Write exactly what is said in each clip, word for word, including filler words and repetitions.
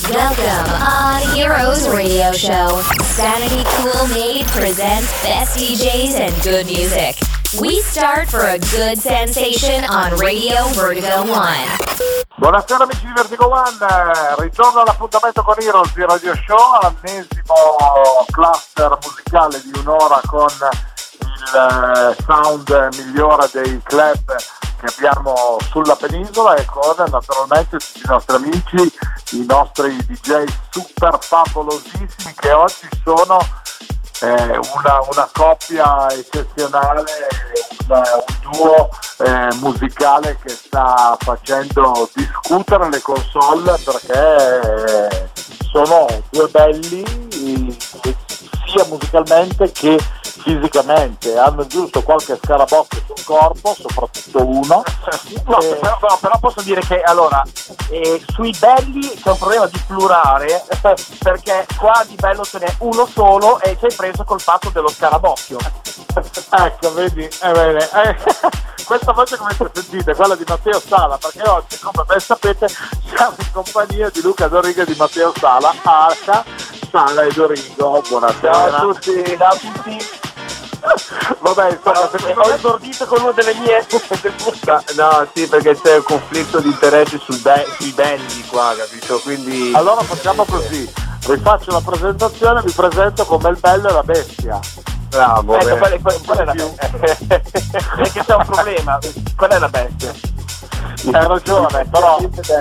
Welcome on Heroes Radio Show. Sanity Cool Made presents best D Js and good music. We start for a good sensation on Radio Vertigo One. Buonasera amici di Vertigo One, ritorno all'appuntamento con Heroes di Radio Show, all'ennesimo cluster musicale di un'ora con il sound migliore dei club che abbiamo sulla penisola e con naturalmente tutti i nostri amici, i nostri D J super favolosissimi che oggi sono eh, una, una coppia eccezionale, un, un duo eh, musicale che sta facendo discutere le console perché sono due belli sia musicalmente che fisicamente, hanno giusto qualche scarabocchio sul corpo, soprattutto uno. No, eh, però, però, però posso dire che allora eh, sui belli c'è un problema di plurale perché qua di bello ce n'è uno solo e ci hai preso col fatto dello scarabocchio. Ecco, vedi, eh, bene, eh, questa voce come sentite, quella di Matteo Sala, perché oggi come ben sapete siamo in compagnia di Luca Dorigo e di Matteo Sala, Arca, Sala e Dorigo. Buonasera. Ciao a tutti, ciao a tutti. Vabbè, insomma, no, ho esordito con una delle mie. No, sì, perché c'è un conflitto di interessi sul be- sui belli qua, capito? Quindi. Allora facciamo così, rifaccio la presentazione, vi presento come il bello e la bestia. Bravo. Ecco, qual è, qual, qual è la bestia? È che c'è un problema. Qual è la bestia? Hai ragione, però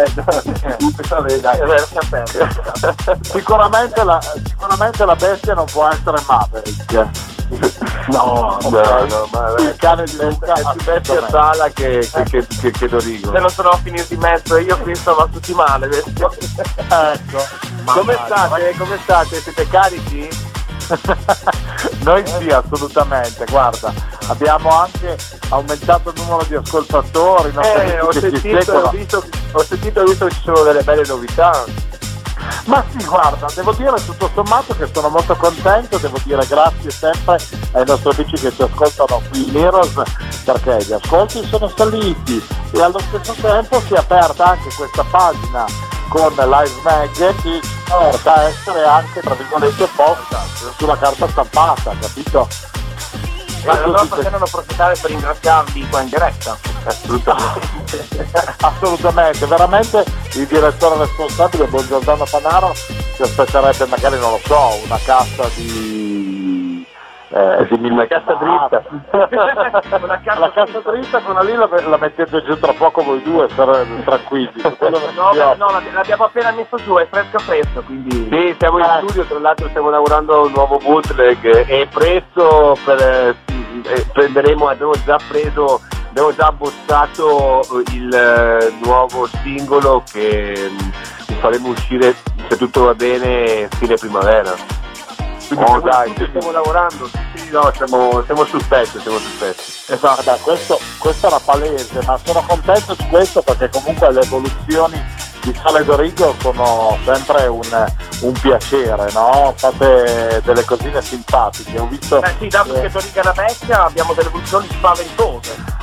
sicuramente la, sicuramente la bestia non può essere Maverick. No, no, no, ma il cane di Luca è più bestia Sala che, che, che, che, che Dorigo. Se non sono a finire di mezzo, io qui stavo tutti male. Ecco. Come state? Come state? Siete carichi? Noi sì, assolutamente, guarda, abbiamo anche aumentato il numero di ascoltatori. Eh, ho sentito, ho visto, ho sentito, ho visto che ci sono delle belle novità. Ma sì, guarda, devo dire tutto sommato che sono molto contento, devo dire grazie sempre ai nostri amici che ci ascoltano qui in Heroes, perché gli ascolti sono saliti e allo stesso tempo si è aperta anche questa pagina con Live Mag che ci porta a essere anche tra virgolette podcast sulla carta stampata, capito? Ma allora possiamo approfittare per ringraziarvi qua in diretta. Assolutamente. Assolutamente, veramente il direttore responsabile Buongiorno Panaro si aspetterebbe magari, non lo so, una cassa di eh, di una cassa dritta. Una cassa la cassa dritta, quella lì la, la mettete giù tra poco voi due, per, tranquilli. No, beh, no, l'abbiamo appena messo giù, è fresco fresco, quindi. Sì, siamo in eh. studio, tra l'altro stiamo lavorando a un nuovo bootleg e presto per, eh, prenderemo, abbiamo già preso, abbiamo già abbozzato il eh, nuovo singolo che um, faremo uscire, se tutto va bene, fine primavera. Quindi oh, stiamo, dai, stiamo lavorando, sì, no, siamo, siamo sul pezzo, siamo sul pezzo. Esatto, beh, questo, questo era palese, ma sono contento di questo perché comunque le evoluzioni di Sala e Dorigo sono sempre un, un piacere, no? Fate delle cosine simpatiche, ho visto. Beh sì, dato che Dorigo è una bestia abbiamo delle evoluzioni spaventose.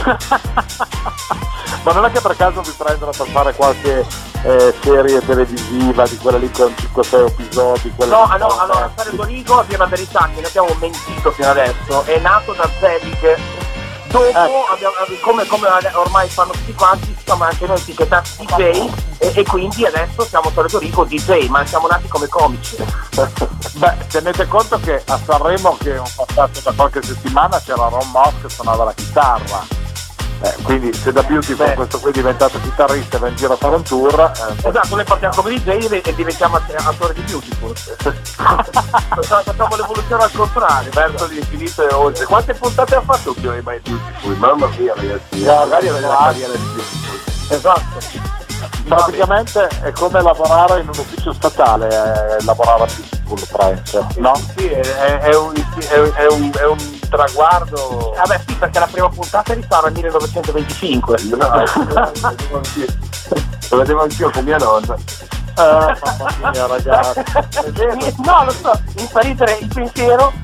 Ma non è che per caso vi prendono per fare qualche eh, serie televisiva di quella lì con cinque sei episodi? No, no, allora Sala Dorigo, a dire la verità, che ne abbiamo mentito fino adesso, è nato da Zelig. Dopo, eh. abbiamo, come, come ormai fanno tutti quanti, siamo anche noi etichettati D J e, e quindi adesso siamo Sala Dorigo D J, ma siamo nati come comici. Beh, tenete conto che a Sanremo, che ho passato da qualche settimana, c'era Ron Moss che suonava la chitarra. Eh, quindi se da Beautiful questo qui è diventato chitarrista e va in giro a fare un tour, eh, esatto, noi partiamo come D J e diventiamo attore di Beautiful. Facciamo l'evoluzione al contrario, verso l'infinito e oltre. Quante puntate ha fatto più ai My Beautiful? Mamma mia, ragazzi, yeah, magari aveva la carriera di Beautiful. Esatto. Praticamente è come lavorare in un ufficio statale, eh, lavorare a Beautiful, penso, no? Sì, è, è, un, è, un, è, un, è un traguardo. Ah beh sì, perché la prima puntata risale al millenovecentoventicinque. No, lo vedevo anch'io, lo vedevo anch'io con mia nonna. Eh, mamma mia, ragazzi. No, lo so, infarite il pensiero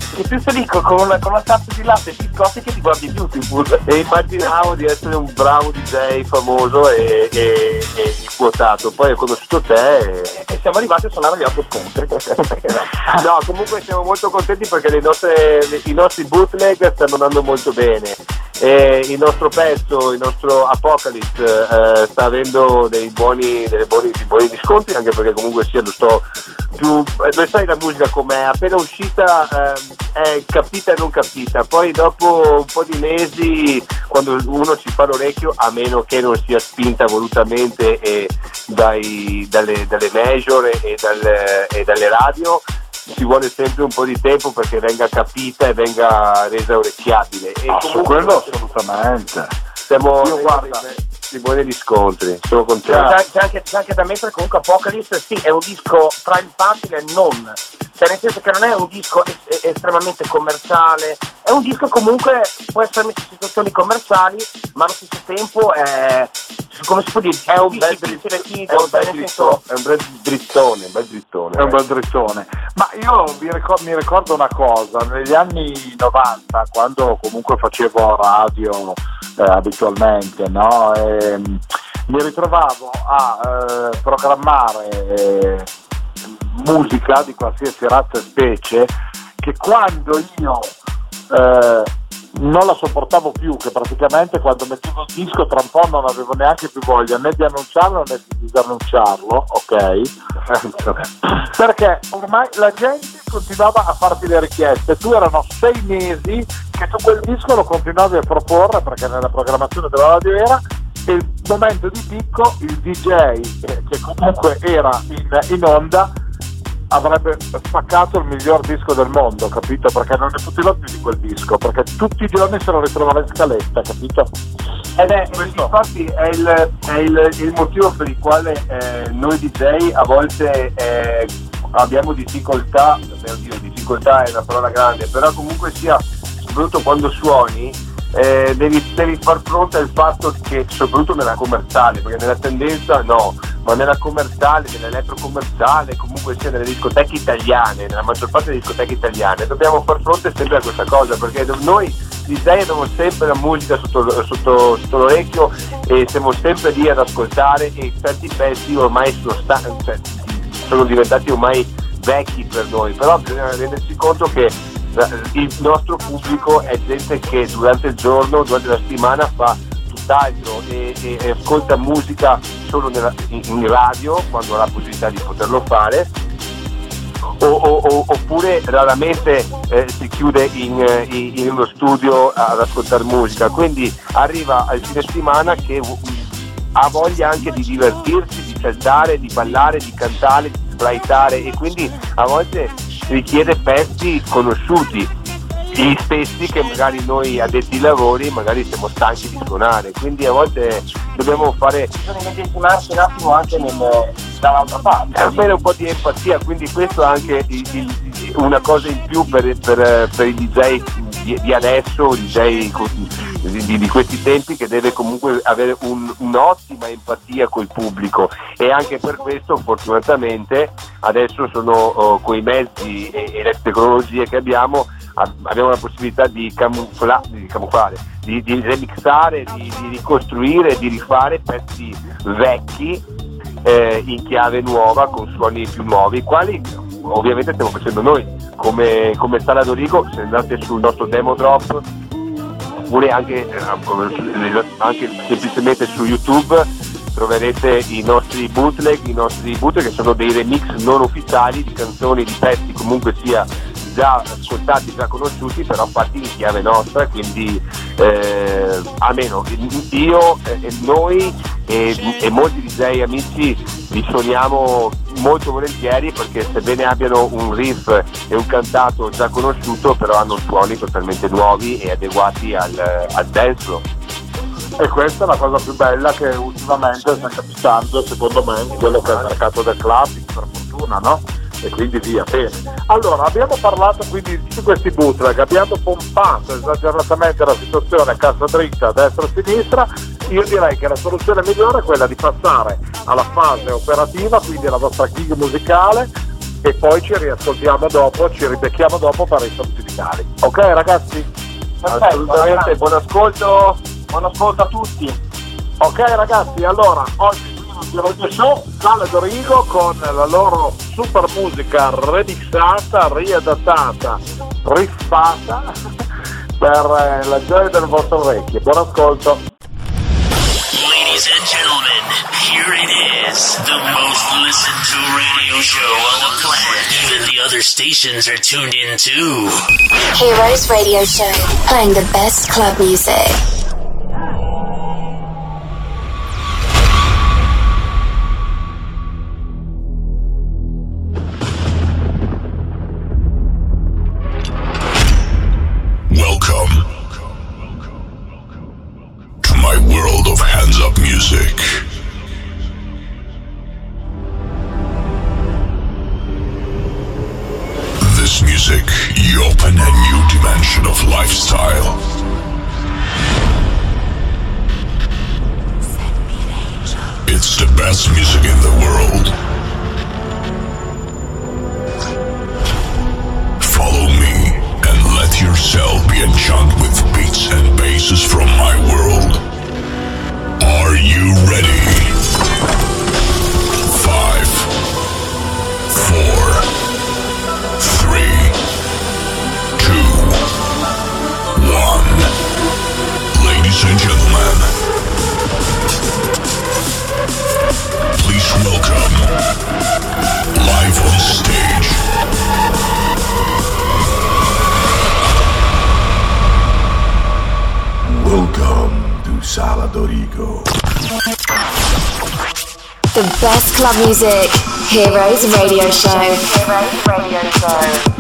che tu sei lì con una, con una tazza di latte e biscotti che ti guardi più sui pull. E immaginavo di essere un bravo D J famoso e, e, e quotato, poi ho conosciuto te e... e siamo arrivati a suonare gli otto scontri. No, comunque siamo molto contenti perché le nostre, le, i nostri bootleg stanno andando molto bene. E il nostro pezzo, il nostro Apocalypse eh, sta avendo dei buoni, delle buoni, dei buoni riscontri, anche perché comunque sia lo sto più, eh, sai la musica com'è, appena uscita eh, è capita e non capita, poi dopo un po' di mesi quando uno ci fa l'orecchio, a meno che non sia spinta volutamente e dai, dalle, dalle major e dalle, e dalle radio, ci vuole sempre un po' di tempo perché venga capita e venga resa orecchiabile. E ah, su quello assolutamente. Siamo di buoni riscontri, sono contento. C'è, c'è, anche, c'è anche da mettere comunque Apocalypse, sì, è un disco tra il facile e non, cioè nel senso che non è un disco es- estremamente commerciale, è un disco comunque può essere messo in situazioni commerciali, ma allo stesso tempo è, come si può dire, è un bel drittone, è un bel senso... drittone, un bel drittone. È un bel drittone. Ma io mi ricordo, mi ricordo una cosa, negli anni novanta, quando comunque facevo radio eh, abitualmente, no? E, mi ritrovavo a eh, programmare eh, musica di qualsiasi razza e specie che quando io eh, non la sopportavo più, che praticamente quando mettevo il disco tra un po' non avevo neanche più voglia né di annunciarlo né di disannunciarlo, ok? Perché ormai la gente continuava a farti le richieste, tu erano sei mesi che tu quel disco lo continuavi a proporre perché nella programmazione della radio era, e il momento di picco il D J eh, che comunque era in, in onda avrebbe spaccato il miglior disco del mondo, capito? Perché non ne poteva più di quel disco, perché tutti i giorni se lo ritrovava in scaletta, capito? Ed è, infatti è il, è il, il motivo per il quale eh, noi D J a volte eh, abbiamo difficoltà, oddio, difficoltà è una parola grande, però comunque sia, soprattutto quando suoni, eh, devi, devi far fronte al fatto che, soprattutto nella commerciale, perché nella tendenza no, ma nella commerciale, nell'elettrocommerciale, comunque sia nelle discoteche italiane, nella maggior parte delle discoteche italiane, dobbiamo far fronte sempre a questa cosa, perché noi D J abbiamo sempre la musica sotto, sotto, sotto l'orecchio e siamo sempre lì ad ascoltare, e certi pezzi ormai sono, sta- cioè, sono diventati ormai vecchi per noi, però bisogna rendersi conto che il nostro pubblico è gente che durante il giorno, durante la settimana fa tutt'altro e, e, e ascolta musica solo nella, in, in radio quando ha la possibilità di poterlo fare, o, o, o, oppure raramente eh, si chiude in, in, in uno studio ad ascoltare musica, quindi arriva al fine settimana che ha voglia anche di divertirsi, di saltare, di ballare, di cantare, di sbraitare, e quindi a volte richiede pezzi conosciuti, gli stessi che magari noi addetti ai lavori magari siamo stanchi di suonare, quindi a volte dobbiamo fare, bisogna medesimarsi un attimo anche nel, dall'altra parte, avere un po' di empatia, quindi questo è anche il, il, una cosa in più per, per, per i D J di, di adesso, D J di, di, di questi tempi, che deve comunque avere un, un'ottima empatia col pubblico, e anche per questo fortunatamente adesso sono oh, con i mezzi e, e le tecnologie che abbiamo abbiamo la possibilità di, camufla, di camuffare, di, di remixare, di, di ricostruire, di rifare pezzi vecchi eh, in chiave nuova, con suoni più nuovi, quali ovviamente stiamo facendo noi, come, come Sala Dorigo. Se andate sul nostro demo drop, oppure anche, anche semplicemente su YouTube, troverete i nostri bootleg, i nostri bootleg che sono dei remix non ufficiali di canzoni, di pezzi comunque sia già ascoltati, già conosciuti, però fatti in chiave nostra, quindi eh, almeno io e eh, noi e, e molti D J amici li suoniamo molto volentieri, perché sebbene abbiano un riff e un cantato già conosciuto, però hanno suoni totalmente nuovi e adeguati al, al dance floor. E questa è la cosa più bella che ultimamente sta capitando, secondo me, in quello che è il mercato del clubbing, per fortuna, no? E quindi via, bene. Allora, abbiamo parlato quindi di tutti questi bootleg, abbiamo pompato esageratamente la situazione cassa dritta a destra e a sinistra. Io direi che la soluzione migliore è quella di passare alla fase operativa, quindi alla vostra gig musicale, e poi ci riascoltiamo dopo, ci ribecchiamo dopo per i saluti di musicali. Ok ragazzi? Perfetto, Assolutamente, ragazzi. buon ascolto. Buon ascolto a tutti. Ok ragazzi, allora oggi qui non Radio Show, Sala Dorigo con la loro super musica remixata, riadattata, riffata per la gioia del vostro orecchio. Buon ascolto. Ladies and gentlemen, here it is, the most listened to radio show on the planet. Even the other stations are tuned in too. Heroes Radio Show, playing the best club music. Welcome to my world of hands-up music. This music, you open a new dimension of lifestyle. It's the best music in the world. Follow me and let yourself be enchanted with beats and basses from my world. Are you ready? Five, four, three, two, one. Ladies and gentlemen, please welcome, live on stage, welcome to Sala Dorigo. The best club music, Heroes Radio Show. Heroes Radio Show.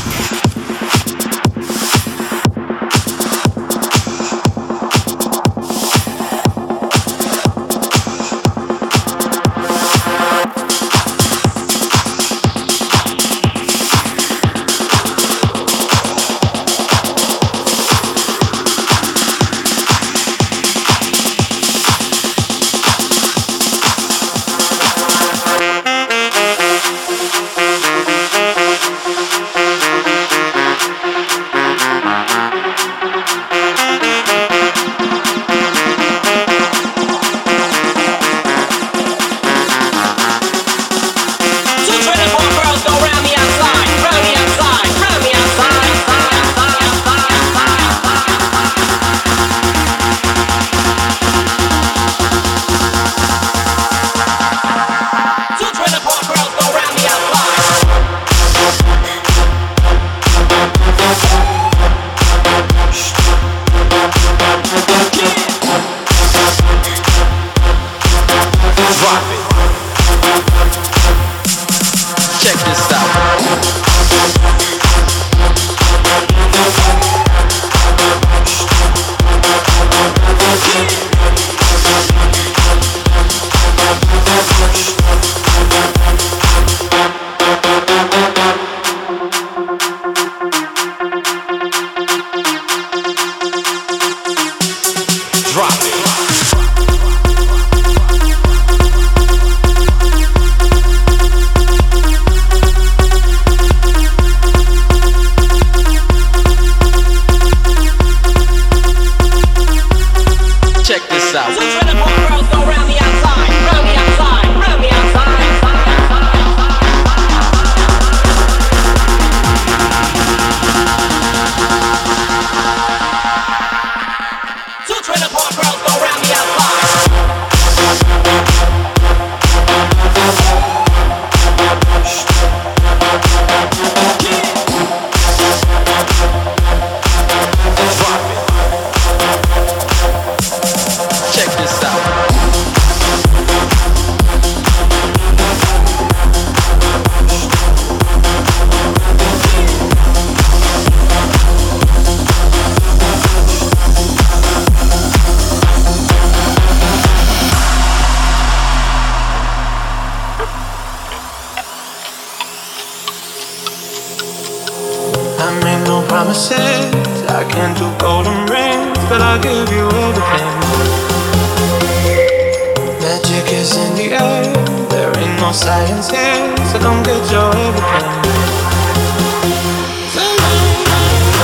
Science here, so come get your everything.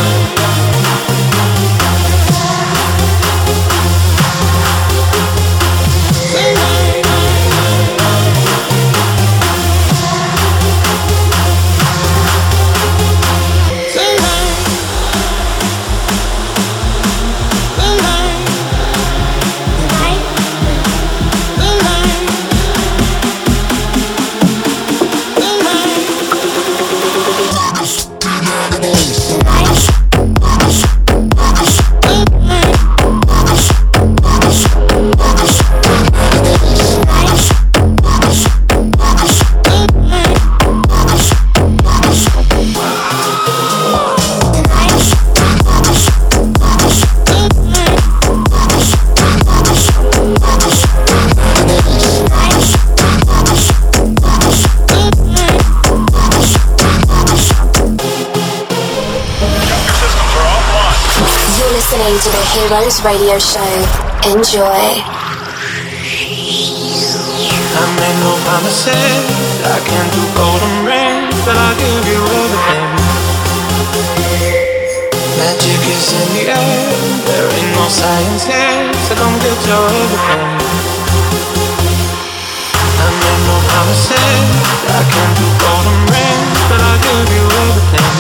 listening to the Heroes Radio Show. Enjoy. I made no promises, I can't do golden rings, but I'll give you everything. Magic is in the air, there ain't no science here, so come get your everything. I made no promises, I can't do golden rings, but I'll give you everything.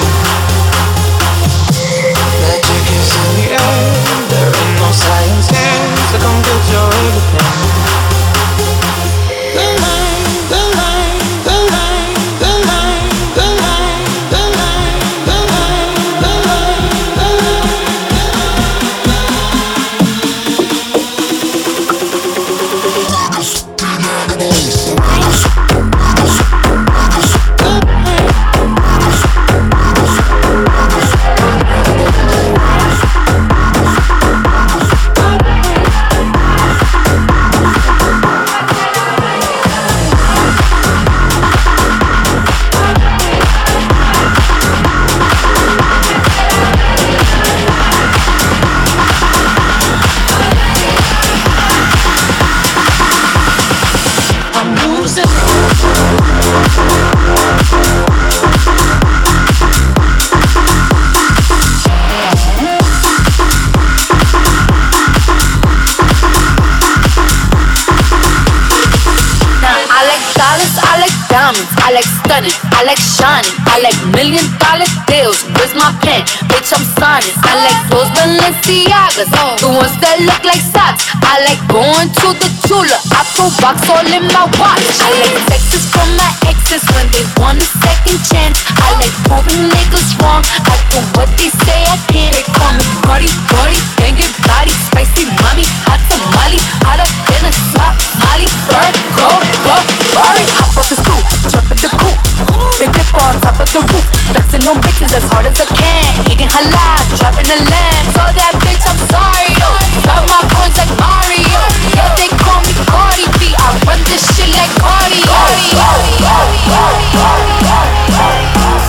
Magic is in the air, there ain't no science here, so come get your everything. The line, the line, the line, the line, the line, the line, the line, the line, the I like stunning, I like shining, I like million dollar deals. Where's my pen? Bitch, I'm signing. I like those Balenciagas, the ones that look like socks. I like going to the Tula, I put rocks all in my watch. I like texts from my exes when they want a second chance. I like proving niggas wrong, I do what they say I can't. They call me Cardi, Cardi, banging body, spicy mommy, hot tamale, hotter than a slop, Molly, bird, go, go, Barry. Hop off the stool, jump in the coop, big dip on top of the roof, flexing on bitches as hard as I can, eating halal, driving a lamb. So that bitch, I'm sorry, yo. Got my coins like Mario. Yeah, they call me Cardi B. I run this shit like Cardi. Cardi, Cardi, Cardi, Cardi, Cardi, Cardi.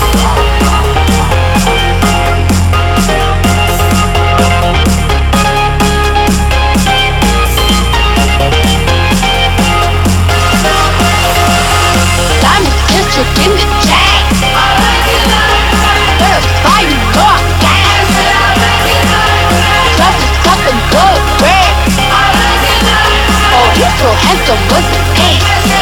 In the chain, there's fire, dark gas. Just a fucking good red. Oh, you're so handsome with the paint.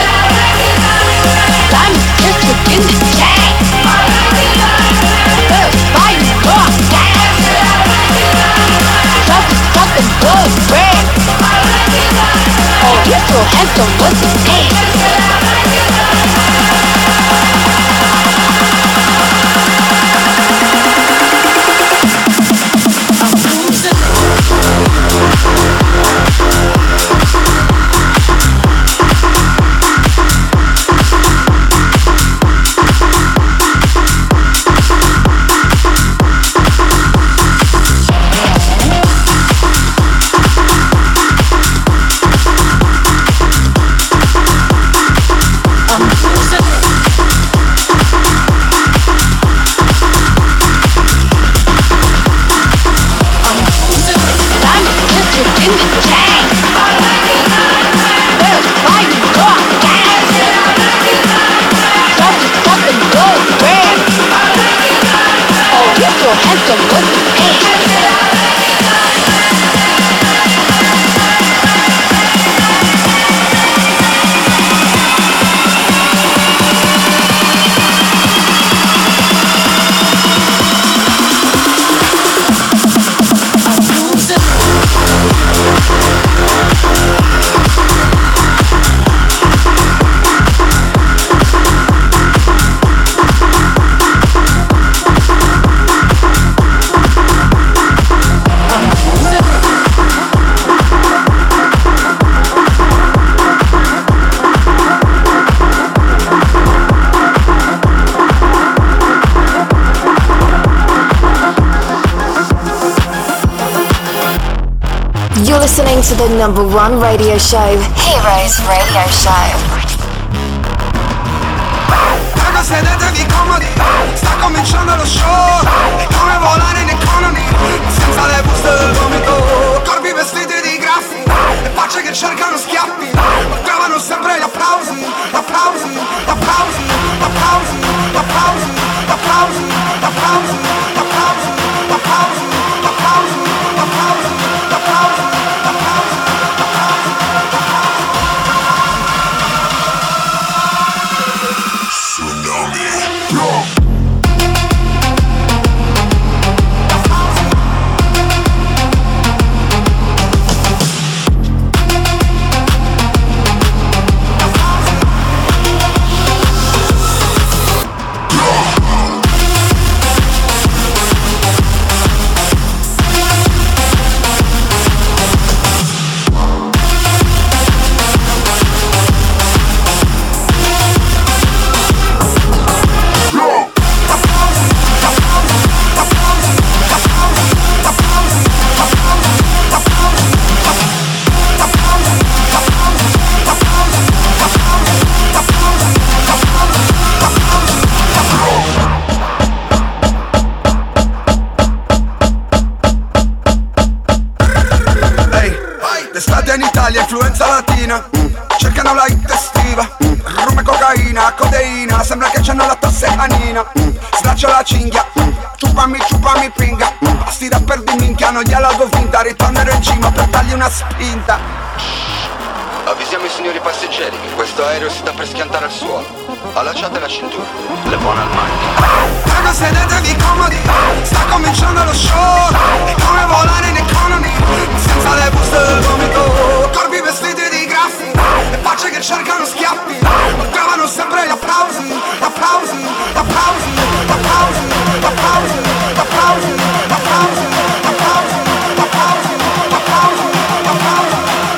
Diamond district in the chain. There's fire, dark gas. Just a fucking good red. Oh, you're so handsome with the paint. Listening to the number one radio show, Heroes Radio Show. Sedetevi comodi, sta cominciando lo show. È come volare in economy. coloni, senza le buste del vomito, corpi vestiti di graffi e facce che cercano schiaffi, ma trovano sempre gli applausi, applausi, applausi, applausi, applausi, applausi, applausi, applausi, applausi, applausi, applausi, applausi. Influenza latina, cercano la hit estiva, rum e cocaina, codeina, sembra che c'hanno la tosse anina. Slaccio la cinghia, ciupami, ciupami pinga, sti rapper di minchia non gliela do vinta, ritornerò in cima per dargli una spinta. Avvisiamo i signori passeggeri che questo aereo si sta per schiantare al suolo. Allacciate la cintura, le buone al manico. Raga, sedetevi comodi, sta cominciando lo show. È come volare in economy, senza le buste del vomito, corpi vestiti di graffi e facce che cercano schiaffi, ma trovano sempre gli applausi, applausi, applausi, applausi, applausi, applausi, applausi, applausi, applausi, applausi, applausi, applausi.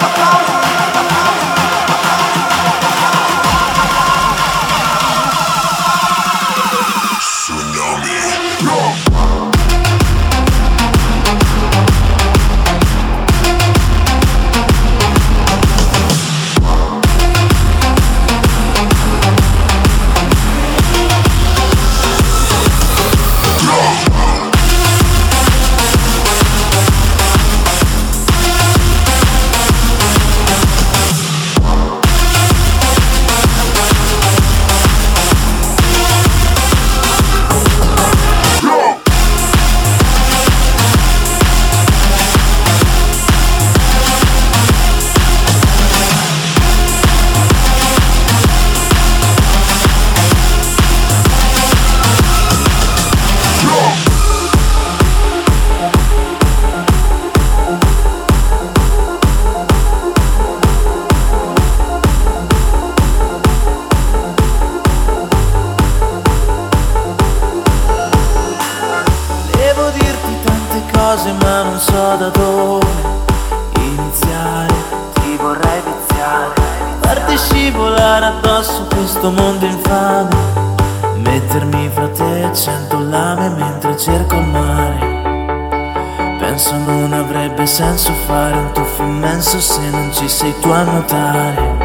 Mondo infame, mettermi fra te e cento lame mentre cerco il mare. Penso non avrebbe senso fare un tuffo immenso se non ci sei tu a nuotare.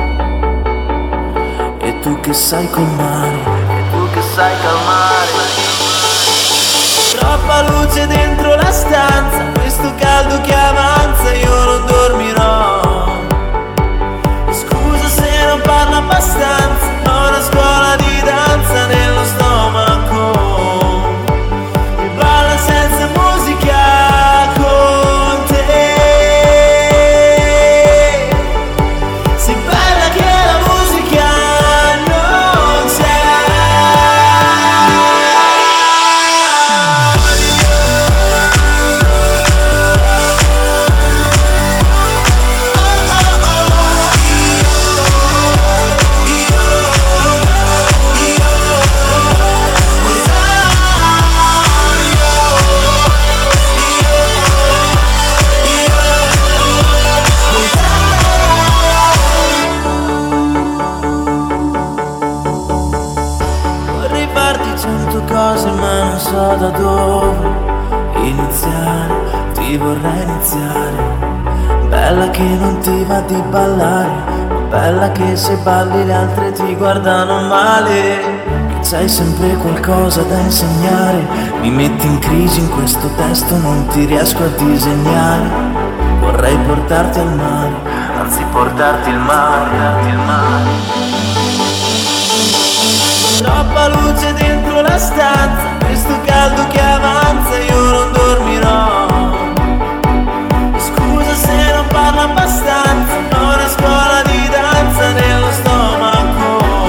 E tu che sai colmare, e tu che sai calmare. Troppa luce dentro la stanza, questo caldo che avanza, io non dormirò. Scusa se non parlo abbastanza, ho una scuola di danza nello stomaco, mi balla senza musica con te. Sei bella che la musica non c'è. So da dove iniziare, ti vorrei iniziare. Bella che non ti va di ballare, ma bella che se balli le altre ti guardano male. Che Sai sempre qualcosa da insegnare, mi metti in crisi in questo testo, non ti riesco a disegnare. Vorrei portarti al mare, anzi portarti il mare, portarti il mare. Troppa luce dentro la stanza, questo caldo che avanza, io non dormirò. Scusa se non parlo abbastanza, ho una scuola di danza nello stomaco.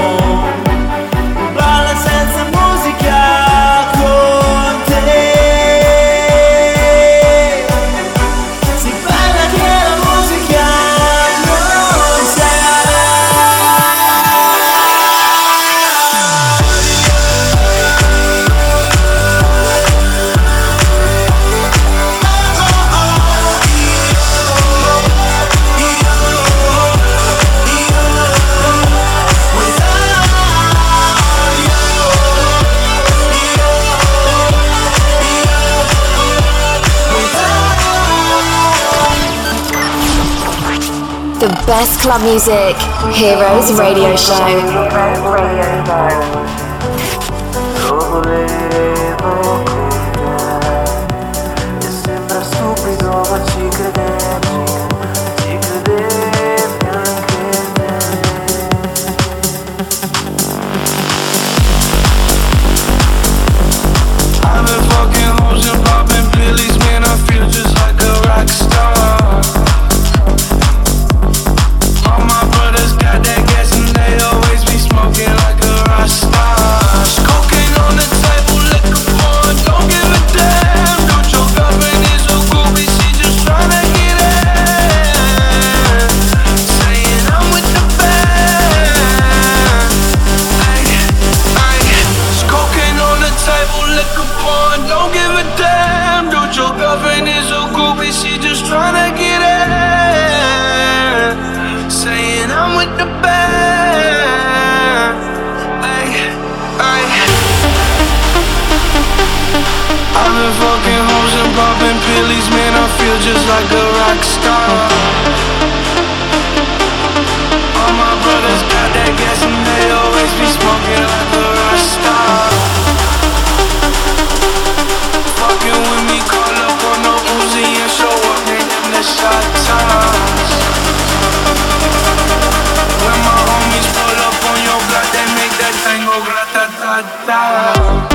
Balla senza musica con te. Si parla che la musica non sarà. The best club music, Heroes Radio Show. Lo volevo con te, e sembra stupido ma ci credevi, ci credevi anche te. I've been fucking hoes and popping pillies, man, I feel just like a rock star. All my brothers got that gas and they always be smoking like a rock star. Cocaine on the table, liquor pouring, don't give a damn. Don't your girlfriend is a groupie, she just tryna get in. Saying I'm with the band. Ay, ay. Cocaine on the table, liquor pouring, don't give a damn. Don't your girlfriend is a groupie, she just tryna get in. Saying I'm with the band. Ay, ay. I've been fucking hoes and popping pillies, man, I feel just like a rock star. All my brothers got that gas and they always be smoking like a rock star. Fucking with me, call up on no Uzi and show up, they them the shot times. When my homies pull up on your block, they make that tango grata-ta-ta.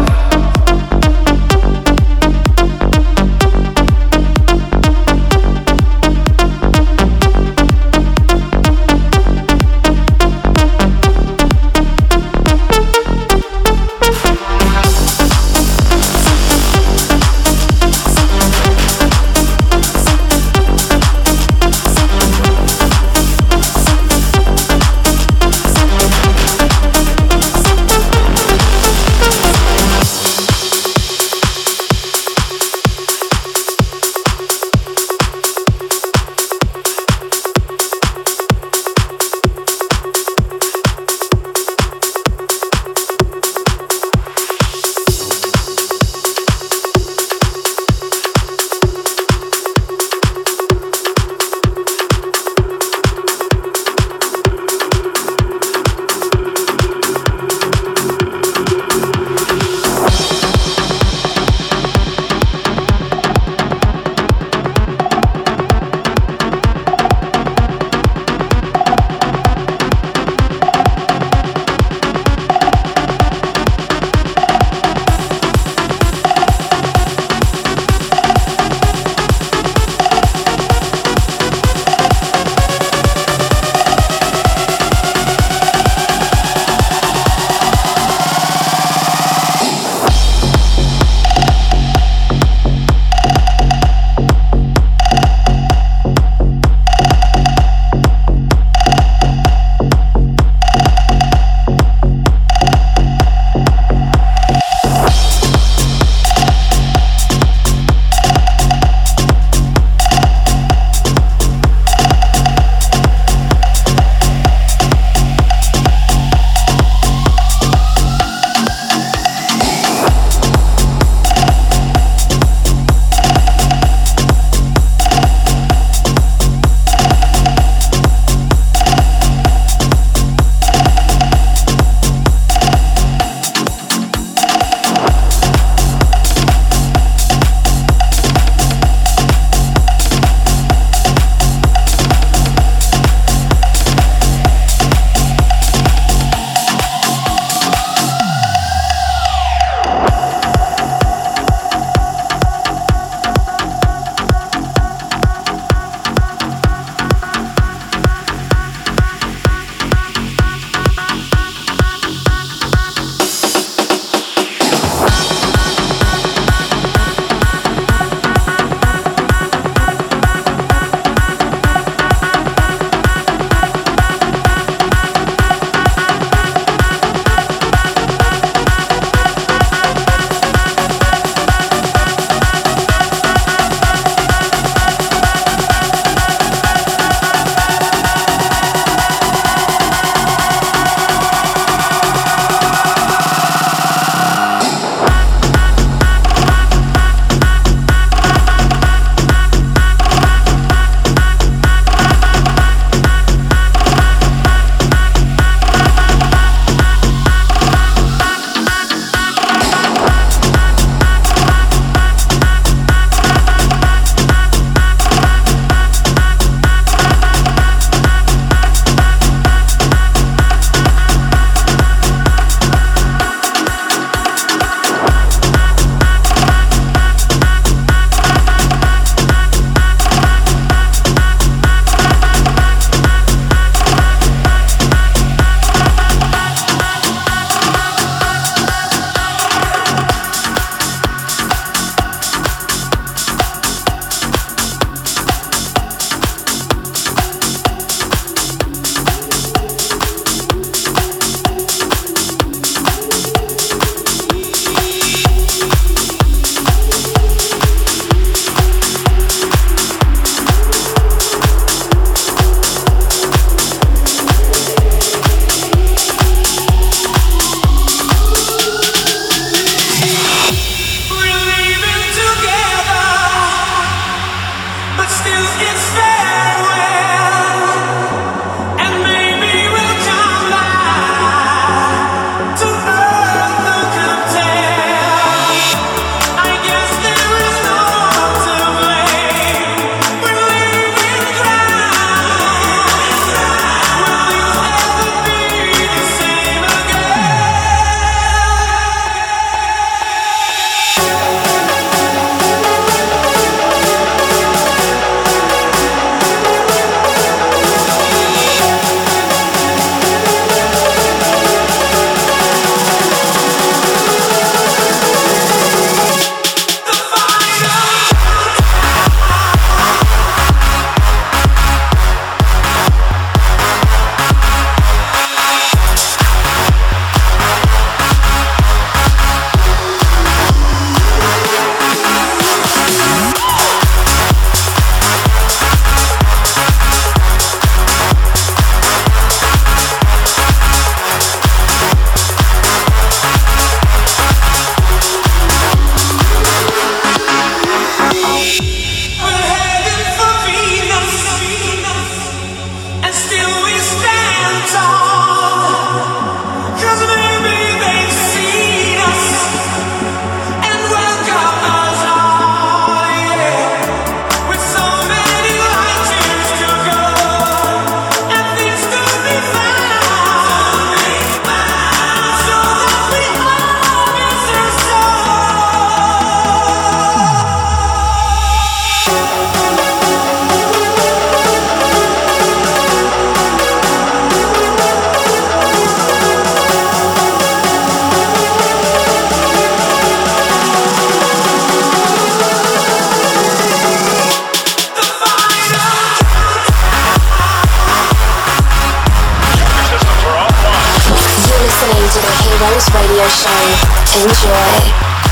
radio show. Enjoy.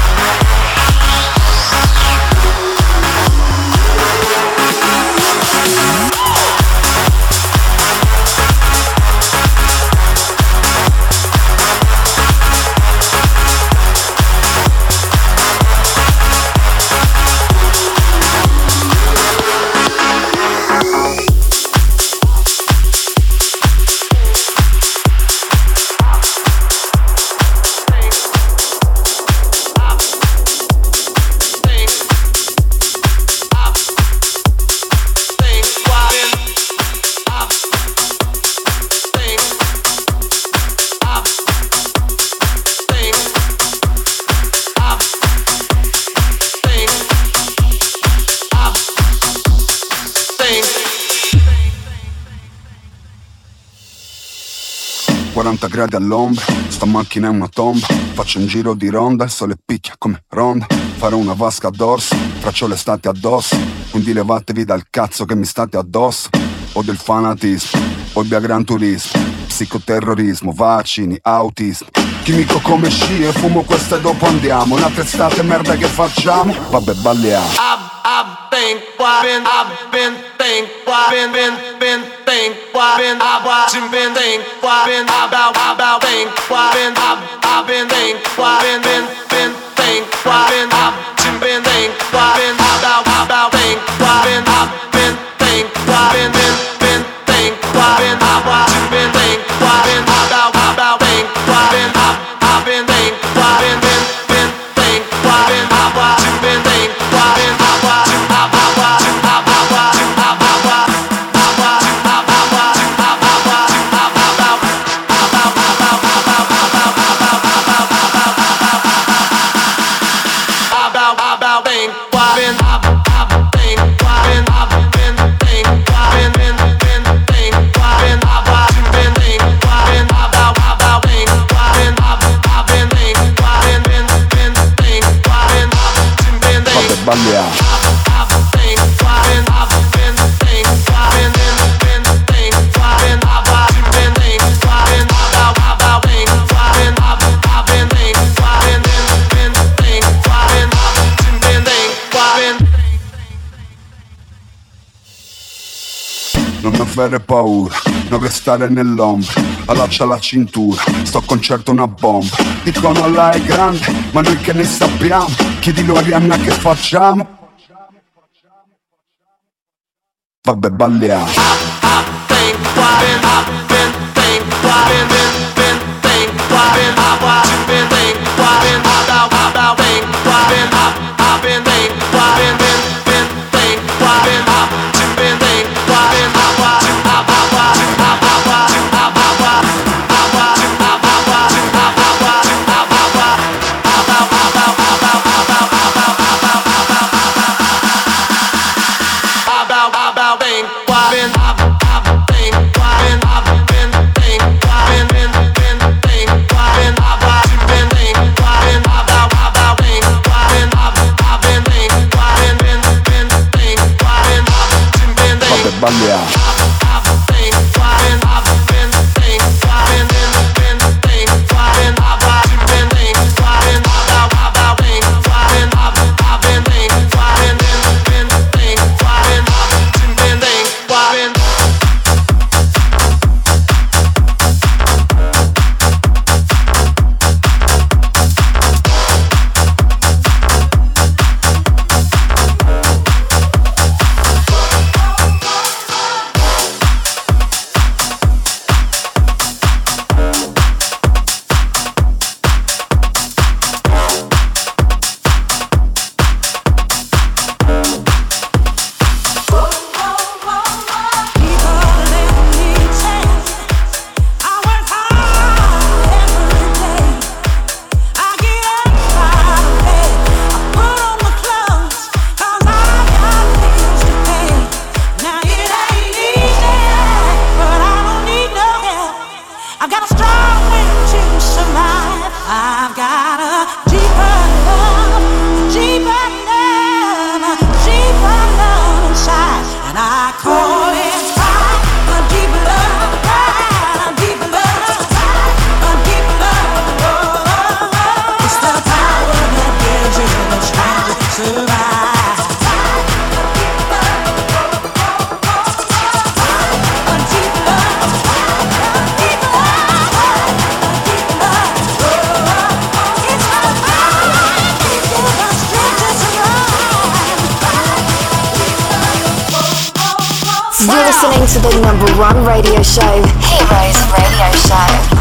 quaranta gradi all'ombra, sta macchina è una tomba. Faccio un giro di ronda, il sole picchia come ronda. Fare una vasca d'orso, traccio l'estate addosso. Quindi levatevi dal cazzo che mi state addosso. O del fanatismo, o via gran turismo, psicoterrorismo, vaccini, autismo. Chimico come sci e fumo questa e dopo andiamo. Un'altra estate merda che facciamo? Vabbè, balliamo. I've been, been, I've been, think, been, been, been, think, been, I've watching, been, think, been, about, about, think, been, I've, I've been, think, been, been, been, think, been, I've watching, been, think, been, about, about, think, been, I've been, think, been, been, been, think, been, I've watching, been, think, been, about, about, think, been, I've, I've been, think, been, been, been, think, been, I've watching, been, think, been, I've watching. Balliamo. Non avere paura, non restare nell'ombra, allaccia la cintura, sto con certo una bomba. Dicono là è grande, ma noi che ne sappiamo? Chiedilo a Arianna che facciamo? Vabbè, balliamo. Balliamo. listening to the number one radio show, Heroes Radio Show.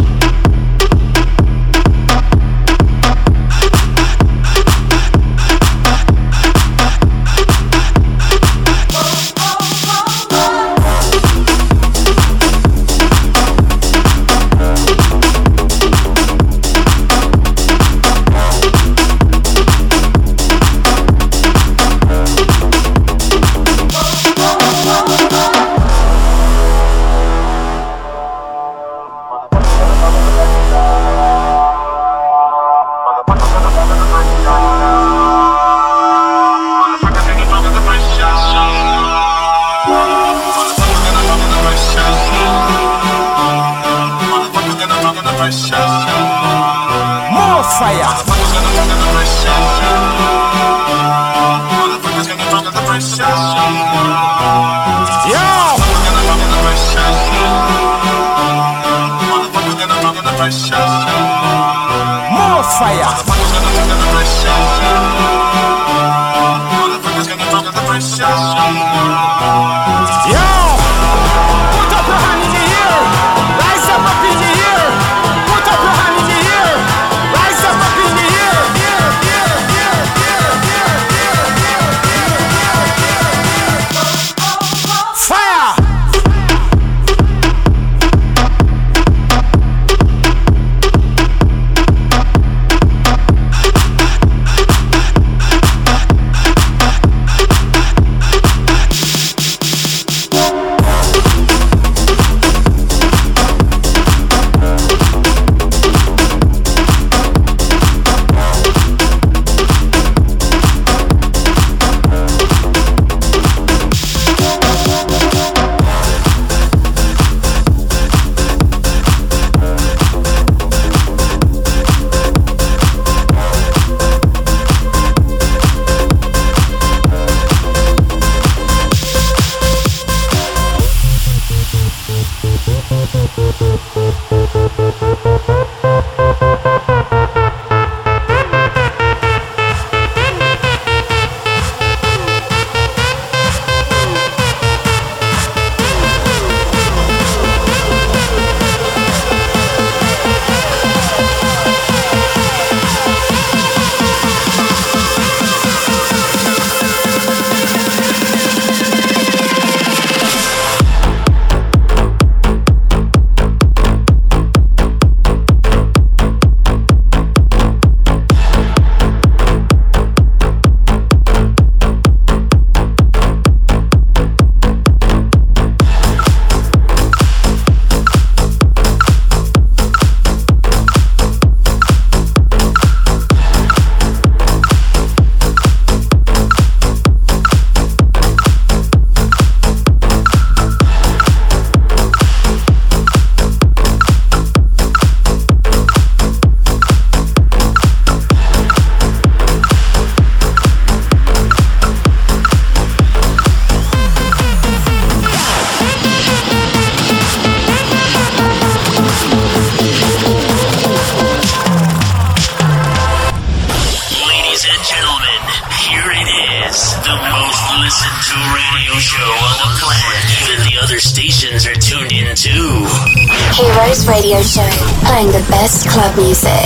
Heroes Radio Show, playing the best club music.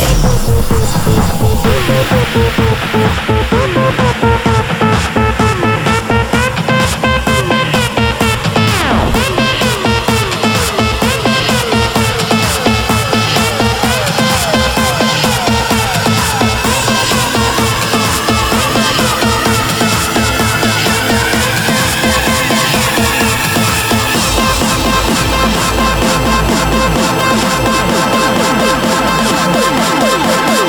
We'll be right back.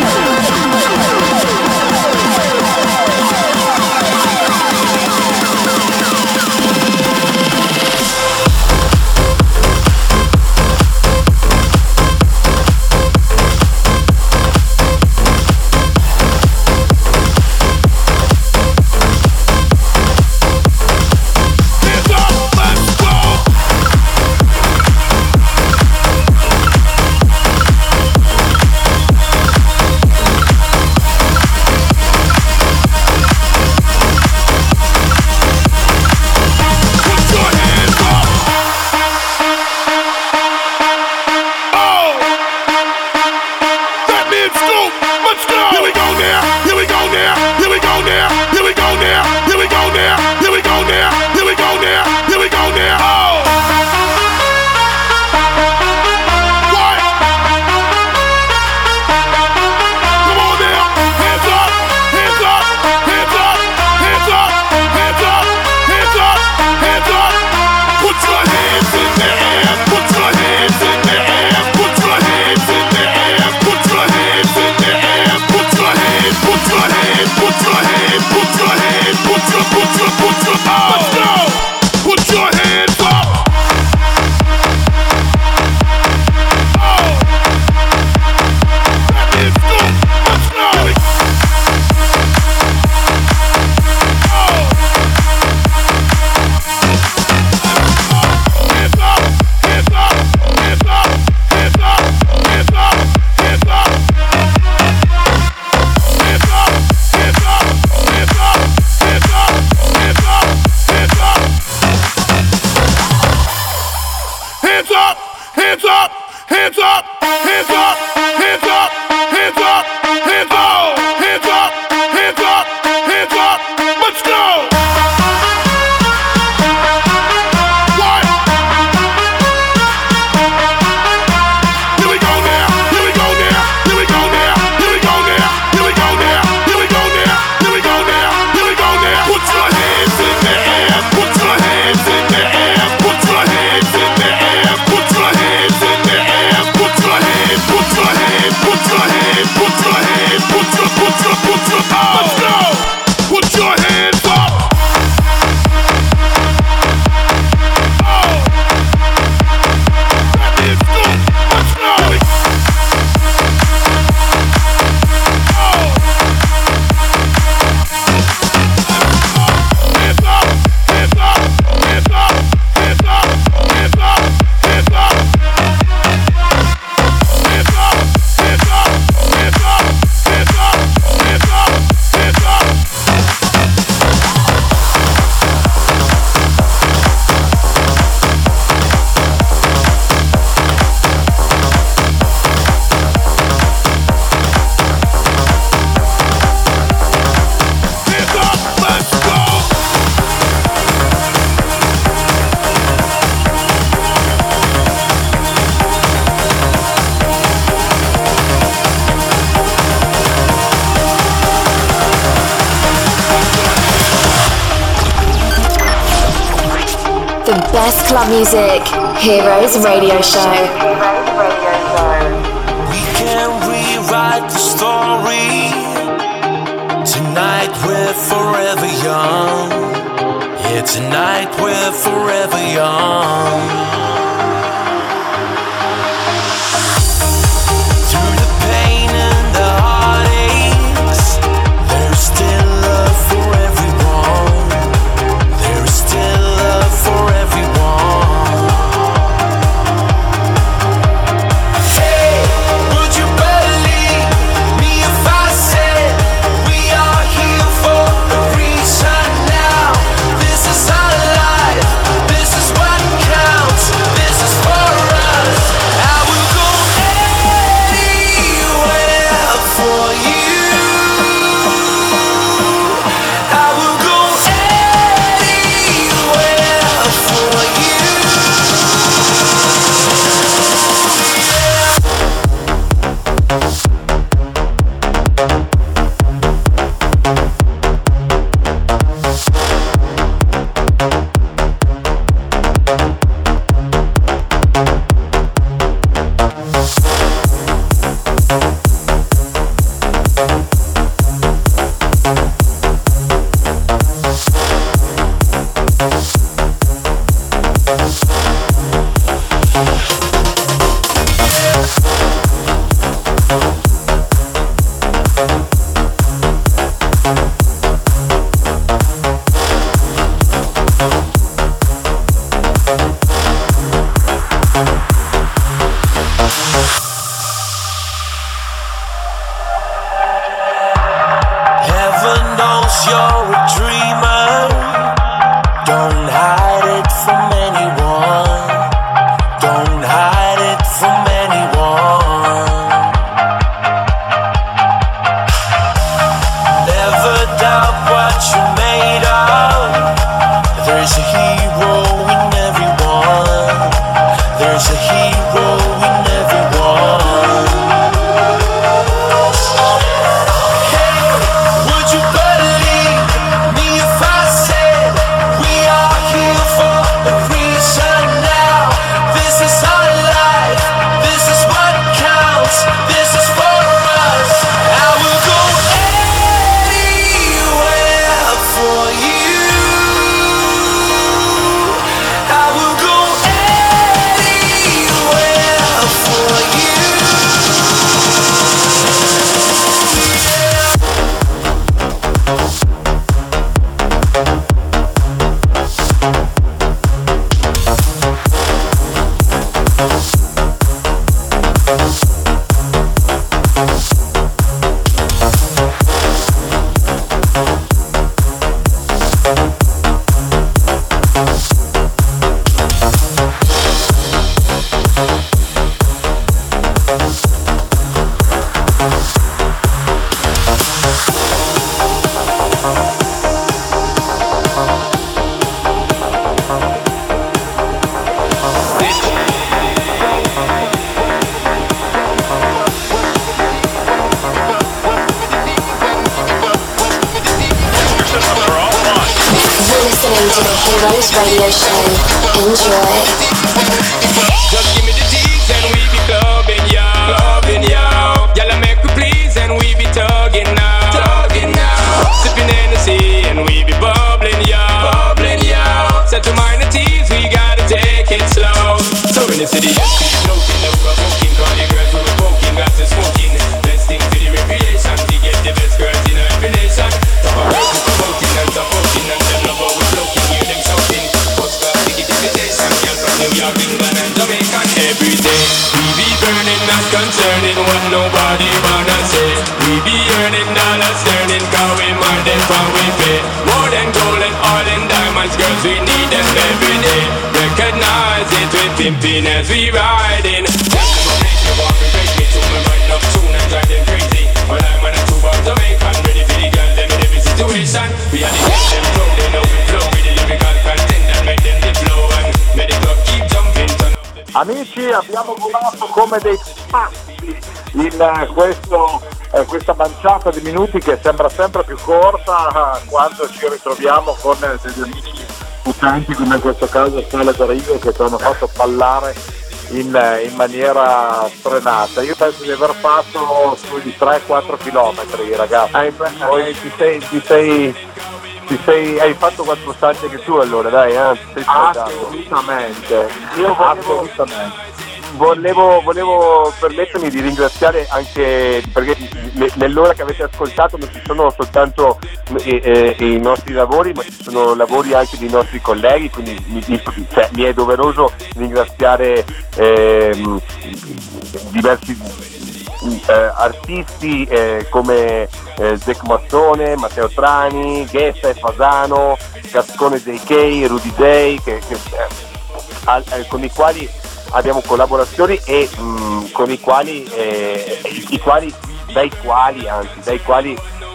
hands up, hands up, hands up, hands up, hands up, hands up, hands up, hands up, let's go! What? Here we go now, here we go now, here we go now, here we go now, here we go now, here we go now, here we go now, here we go now. Put your hands in the air, put your hands in the air, put your hands in the air, put your hands in the air, put your hands, put your hands, put your hands, put your hands, put your, put your, put your, let's go! Put your hands up! Oh! That is good! Let's go! Oh! Hands up! Hands up! Hands up! Hands up! Hands up! Hands up! Hands up! Hands up! Hands up! Hands up! Hands up! Hands up! Hands up! Let's go! The best club music. Heroes Radio Show. We can rewrite the story. Tonight we're forever young. Yeah, tonight we're forever young. Through the pain and the heartaches, there's still love for everyone. There's still love for everyone. Hey, would you believe me if I said we are here for a reason now? This is our life, this is what counts, this is for us. I will go anywhere for you. I will go anywhere for you. Heaven knows you're a dreamer. Don't hide it from anyone. Don't hide it from anyone. Never doubt what you're made of. There's a hero in everyone. There's a hero in everyone. Would you believe me if I said we are here for a reason now? This is our life, this is what counts, this is for us. I will go anywhere to the Heroes Radio Show. Enjoy. Just give me the G's and we be clubbing, yo. Clubbing, yo. Y'all make me please and we be tugging now. Tugging now. Sipping Hennessy and we be bubbling, yo. Bubbling, yo. Set to minor T's, we gotta take it slow. So in the city, yes, we floating, no provoking. Call the girls who are poking, got to smoking. Let's think to the recreation. We get the best girls in every nation. Top of girls who promoting and supporting. And them love how we floating, hear them shouting. Post class, ticket invitation. Girls from New York, England and Jamaica. Every day, we be burning, not concerning what nobody wanna say. We be earning dollars, turning, cause we more than what we pay. More than gold and oil and diamonds, girls, we need them every day. Recognize it, we pimping as we riding. Tell them I'll make you walk and break me to me right up tune and drive them crazy. Well, I'm on a two-bar Jamaican, ready for the girls, them in every situation. We are the girls, them flow, they know we flow with the lyrical content and make them the flow and make the club keep jumping. Turn up the Amici, abbiamo volato come dei pazzi in questo, eh, questa manciata di minuti che sembra sempre più corta quando ci ritroviamo con degli amici utenti, come in questo caso Sale Dorigo, che ci hanno fatto ballare in, in maniera strenata. Io penso di aver fatto sui tre quattro chilometri, ragazzi. Ah, poi ti sei, ti sei, ti sei, hai fatto quattro salti anche tu allora, dai, eh? Sei Assolutamente. Io volevo, Assolutamente. Volevo, volevo permettermi di ringraziare anche perché nell'ora che avete ascoltato non ci sono soltanto eh, eh, i nostri lavori, ma ci sono lavori anche dei nostri colleghi, quindi mi, mi, cioè, mi è doveroso ringraziare eh, diversi eh, artisti eh, come eh, Zec Mazzone, Matteo Trani, Ghessa e Fasano, Cascone J K, Rudy J, che, che, eh, al, eh, con i quali abbiamo collaborazioni e mh, con i quali, eh, i, i quali, dai quali, anzi, dai quali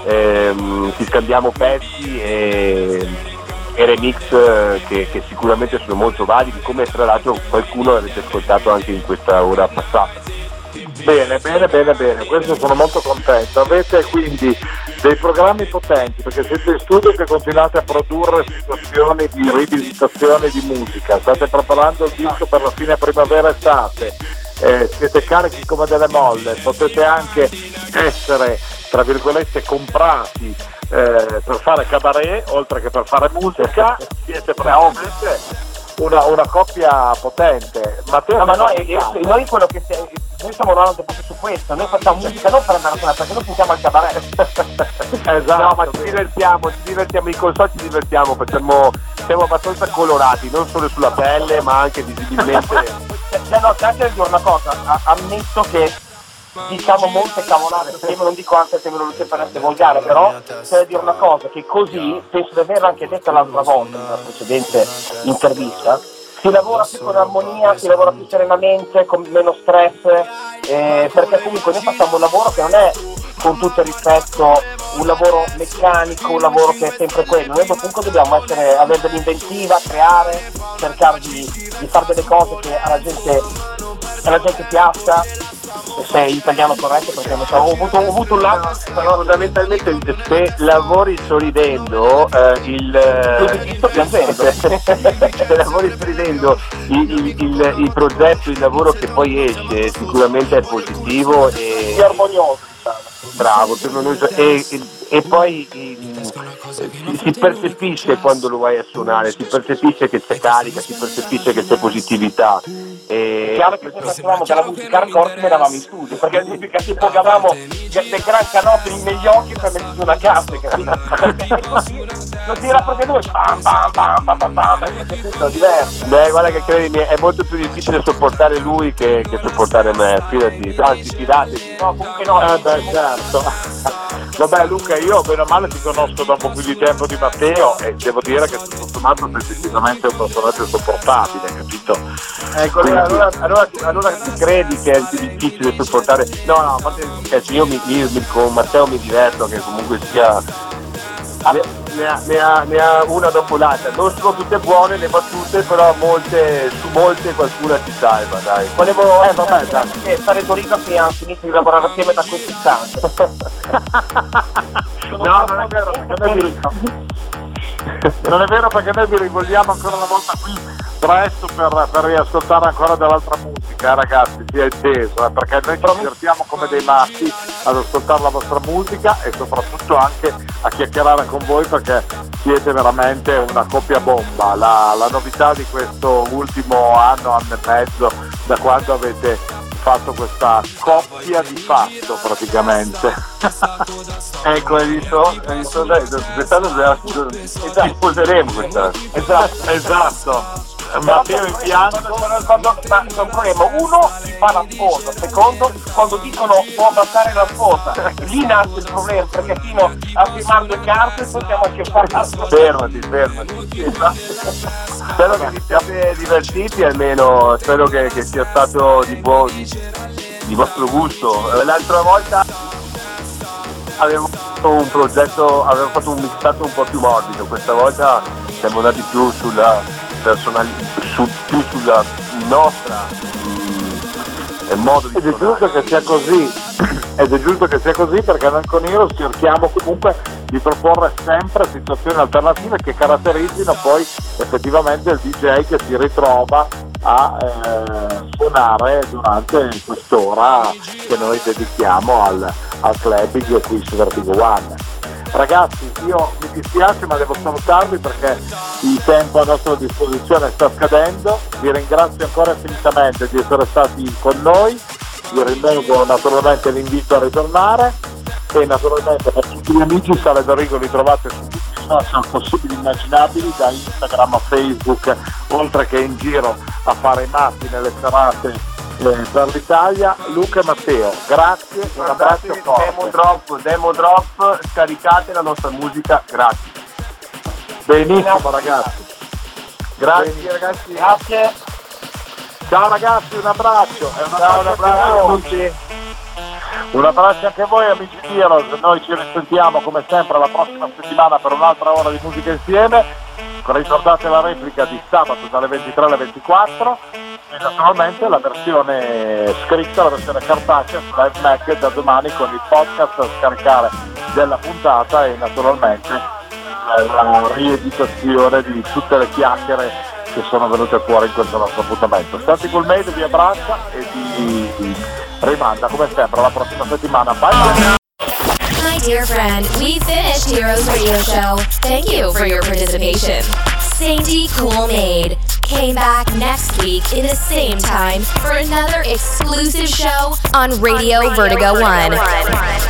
ehm, ci scambiamo pezzi e, e remix eh, che, che sicuramente sono molto validi, come tra l'altro qualcuno avete ascoltato anche in questa ora passata. Bene, bene, bene, bene, questo sono molto contento. Avete quindi dei programmi potenti, perché siete in studio che continuate a produrre situazioni di rivisitazione di musica, state preparando il disco per la fine primavera-estate, eh, siete carichi come delle molle, potete anche essere, tra virgolette, comprati eh, per fare cabaret, oltre che per fare musica, siete praticamente una, una coppia potente. Matteo, no, ma noi, noi quello che stiamo, noi stiamo lavorando proprio su questo, noi facciamo musica non per andare a suonare, perché noi sentiamo al cabaret. Esatto. No, ma ci divertiamo, ci divertiamo, in console ci divertiamo, facciamo, siamo abbastanza colorati, non solo sulla pelle, ma anche visibilmente. Cioè, no, c'è anche da dire una cosa, ammetto che diciamo molte cavolate, io non dico anche se me lo dice per essere volgare, però c'è da dire una cosa, che così, penso di averla anche detta l'altra volta nella precedente intervista, si lavora più con armonia, si lavora più serenamente, con meno stress, eh, perché comunque noi facciamo un lavoro che non è, con tutto il rispetto, un lavoro meccanico, un lavoro che è sempre quello. Noi comunque dobbiamo essere, avere dell'inventiva, creare, cercare di, di fare delle cose che alla gente, alla gente piaccia. Se è italiano corretto, perché non so, ho avuto, ho avuto un lato. Però fondamentalmente se lavori sorridendo eh, il sto piacendo. se lavori sorridendo il, il, il, il progetto, il lavoro che poi esce sicuramente è positivo e è armonioso, diciamo. Bravo, e, e, e poi il, si percepisce quando lo vai a suonare, si percepisce che c'è carica, si percepisce che c'è positività. E chiaro che se facevamo della musica hardcore ne eravamo in studio, perché significa che pogavamo dei gran canotti negli occhi per mettere una cassa, capito? Non si era proprio noi, bam bam bam bam bam bam, è tutto diverso. Beh, guarda che credimi, è molto più difficile sopportare lui che, che sopportare me, fidati, anzi fidatevi. No, comunque no, eh beh, certo. Vabbè Luca, io bene o male ti conosco da un po' più di tempo di Matteo e devo dire che tutto sommato sei decisamente un personaggio sopportabile, capito? Ecco, allora, allora, allora ti credi che è difficile sopportare? No, no, a parte io, mi, io mi, con Matteo mi diverto, che comunque sia ne ha, ne, ha, ne ha una dopo l'altra, non sono tutte buone le battute, però molte, su molte qualcuna si salva, dai. Volevo eh, vabbè, dai. Che stare Dorigo che ha finito di lavorare assieme da quest'istante. No, non è vero, non è vero. Non è vero, perché noi vi rivogliamo ancora una volta qui presto per, per riascoltare ancora dell'altra musica, eh, ragazzi, sia inteso, eh, perché noi ci divertiamo come dei matti ad ascoltare la vostra musica e soprattutto anche a chiacchierare con voi, perché siete veramente una coppia bomba. La, la novità di questo ultimo anno, anno e mezzo, da quando avete fatto questa coppia di fatto praticamente. Ecco, hai visto? Hai visto? Dai, quest'anno ci sposeremo quest'anno. Esatto, esatto. Matteo in fianco. Quando, quando, ma troveremo uno si fa la sposa, secondo quando dicono può passare la sposa, lì nasce il problema, perché fino a firmare due carte possiamo anche fare la sposa. Fermati, fermati. Spero che vi siate divertiti, almeno spero che, che sia stato di, buon, di, di vostro gusto. L'altra volta avevo fatto un progetto, avevo fatto un mixato un po' più morbido, questa volta siamo andati più sulla personalità, su, più sulla nostra mh, modo di ed è giusto che sia così ed è giusto che sia così perché noi con Heroes cerchiamo comunque di proporre sempre situazioni alternative che caratterizzino poi effettivamente il D J che si ritrova a eh, suonare durante quest'ora che noi dedichiamo al, al clubbing qui su Vertigo One. Ragazzi, io mi dispiace ma devo salutarvi perché il tempo a nostra disposizione sta scadendo. Vi ringrazio ancora infinitamente di essere stati con noi, vi rinnovo naturalmente l'invito a ritornare e naturalmente per tutti gli amici Sale Dorigo li trovate su tutti i social possibili e immaginabili, da Instagram a Facebook, oltre che in giro a fare i matti nelle serate eh, per l'Italia. Luca e Matteo, grazie, un abbraccio forte. Demo drop, demo drop, scaricate la nostra musica, grazie. Benissimo ragazzi, grazie Benissimo. ragazzi, grazie. Ciao ragazzi, un abbraccio, e un Ciao, un abbraccio a tutti. Un abbraccio anche a voi amici di Heroes, noi ci risentiamo come sempre la prossima settimana per un'altra ora di musica insieme. Ricordate la replica di sabato dalle ventitré alle ventiquattro e naturalmente la versione scritta, la versione cartacea su Live Mac da domani con il podcast a scaricare della puntata e naturalmente la rieditazione di tutte le chiacchiere che sono venute fuori in questo nostro appuntamento. Stati col Made vi abbraccia e vi rimanda come sempre alla prossima settimana. Bye bye! My dear friend, we finished Heroes Radio Show. Thank you for your participation. Sainty Cool Maid came back next week in the same time for another exclusive show on Radio, on Radio Vertigo, Vertigo One. One.